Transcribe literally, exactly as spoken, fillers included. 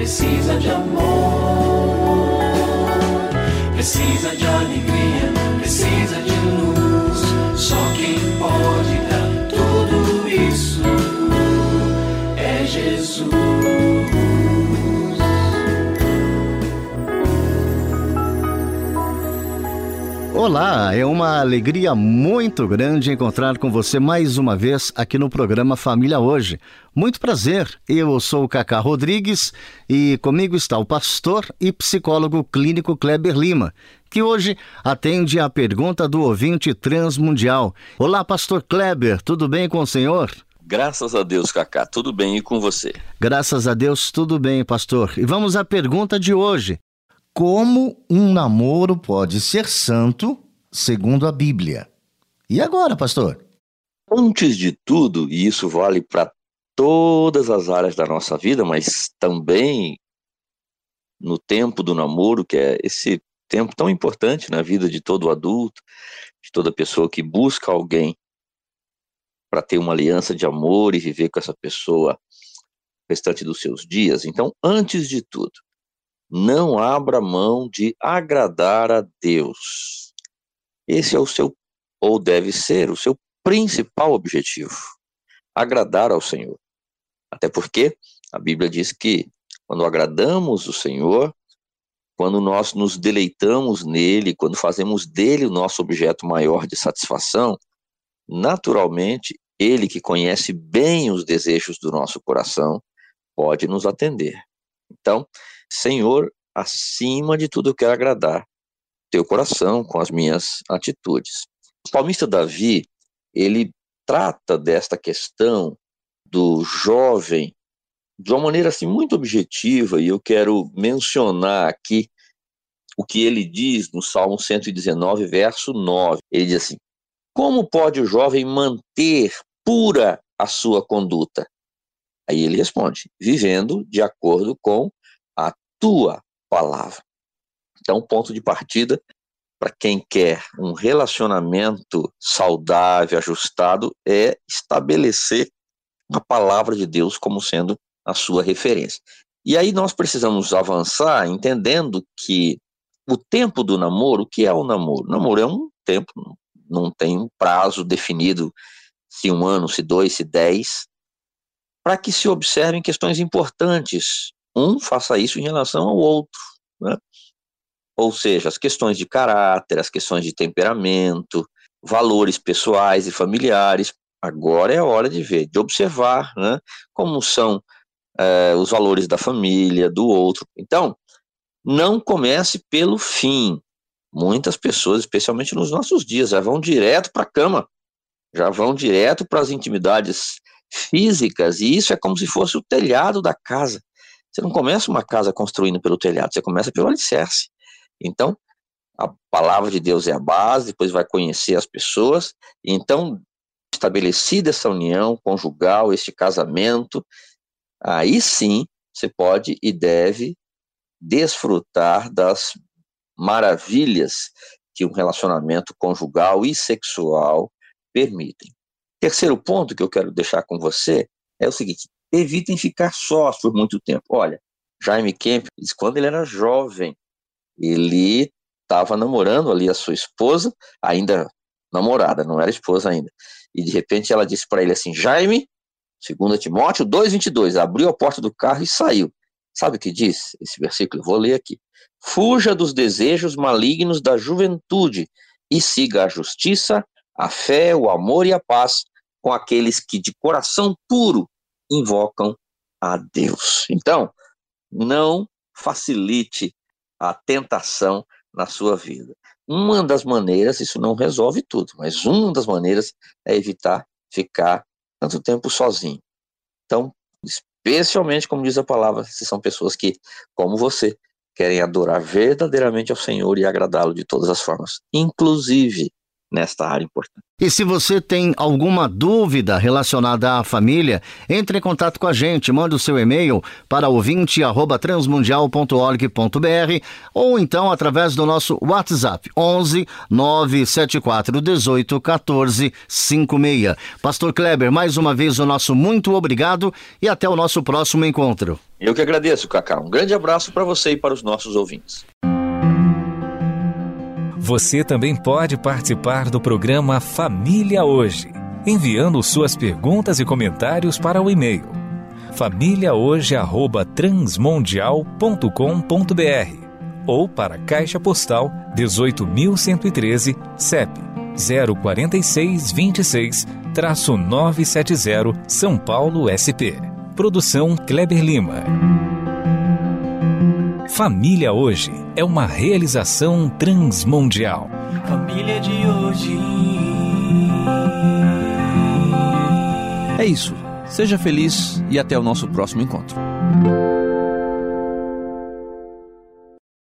precisa de amor, precisa de alegria, precisa de luz. Só quem pode dar tudo isso é Jesus. Olá, é uma alegria muito grande encontrar com você mais uma vez aqui no programa Família Hoje. Muito prazer, eu sou o Cacá Rodrigues e comigo está o pastor e psicólogo clínico Kleber Lima, que hoje atende à pergunta do ouvinte transmundial. Olá, pastor Kleber, tudo bem com o senhor? Graças a Deus, Cacá, tudo bem e com você? Graças a Deus, tudo bem, pastor. E vamos à pergunta de hoje. Como um namoro pode ser santo, segundo a Bíblia? E agora, pastor? Antes de tudo, e isso vale para todas as áreas da nossa vida, mas também no tempo do namoro, que é esse tempo tão importante na vida de todo adulto, de toda pessoa que busca alguém para ter uma aliança de amor e viver com essa pessoa o restante dos seus dias. Então, antes de tudo, não abra mão de agradar a Deus. Esse é o seu, ou deve ser, o seu principal objetivo. Agradar ao Senhor. Até porque a Bíblia diz que quando agradamos o Senhor, quando nós nos deleitamos nele, quando fazemos dele o nosso objeto maior de satisfação, naturalmente, ele que conhece bem os desejos do nosso coração, pode nos atender. Então, Senhor, acima de tudo eu quero agradar teu coração com as minhas atitudes. O salmista Davi, ele trata desta questão do jovem de uma maneira assim muito objetiva, e eu quero mencionar aqui o que ele diz no Salmo cento e dezenove, verso nove. Ele diz assim: como pode o jovem manter pura a sua conduta? Aí ele responde: vivendo de acordo com a tua palavra. Então, ponto de partida para quem quer um relacionamento saudável, ajustado, é estabelecer a palavra de Deus como sendo a sua referência. E aí nós precisamos avançar entendendo que o tempo do namoro, o que é o namoro? O namoro é um tempo, não tem um prazo definido, se um ano, se dois, se dez, para que se observem questões importantes. Um faça isso em relação ao outro, né? Ou seja, as questões de caráter, as questões de temperamento, valores pessoais e familiares. Agora é a hora de ver, de observar, né, como são é, os valores da família, do outro. Então, não comece pelo fim. Muitas pessoas, especialmente nos nossos dias, já vão direto para a cama, já vão direto para as intimidades físicas, e isso é como se fosse o telhado da casa. Você não começa uma casa construindo pelo telhado, você começa pelo alicerce. Então, a palavra de Deus é a base, depois vai conhecer as pessoas. Então, estabelecida essa união conjugal, este casamento, aí sim você pode e deve desfrutar das maravilhas que um relacionamento conjugal e sexual permitem. Terceiro ponto que eu quero deixar com você é o seguinte: evitem ficar sós por muito tempo. Olha, Jaime Kemp diz que quando ele era jovem, ele estava namorando ali a sua esposa, ainda namorada, não era esposa ainda, e de repente ela disse para ele assim: Jaime, segundo Timóteo dois, vinte e dois, abriu a porta do carro e saiu. Sabe o que diz esse versículo? Eu vou ler aqui: fuja dos desejos malignos da juventude e siga a justiça, a fé, o amor e a paz com aqueles que de coração puro invocam a Deus. Então, não facilite a tentação na sua vida. Uma das maneiras, isso não resolve tudo, mas uma das maneiras é evitar ficar tanto tempo sozinho. Então, especialmente, como diz a palavra, se são pessoas que, como você, querem adorar verdadeiramente ao Senhor e agradá-lo de todas as formas, inclusive nesta área importante. E se você tem alguma dúvida relacionada à família, entre em contato com a gente, manda o seu e-mail para ouvinte arroba transmundial ponto org ponto b r ou então através do nosso WhatsApp onze nove sete quatro um oito um quatro cinco seis. Pastor Kleber, mais uma vez o nosso muito obrigado e até o nosso próximo encontro. Eu que agradeço, Cacá. Um grande abraço para você e para os nossos ouvintes. Você também pode participar do programa Família Hoje, enviando suas perguntas e comentários para o e-mail família hoje arroba transmundial ponto com ponto b r ou para a Caixa Postal dezoito mil cento e treze, C E P zero quatro seis dois seis, nove sete zero, São Paulo, S P. Produção Kleber Lima. Família Hoje é uma realização transmundial. Família de hoje. É isso. Seja feliz e até o nosso próximo encontro.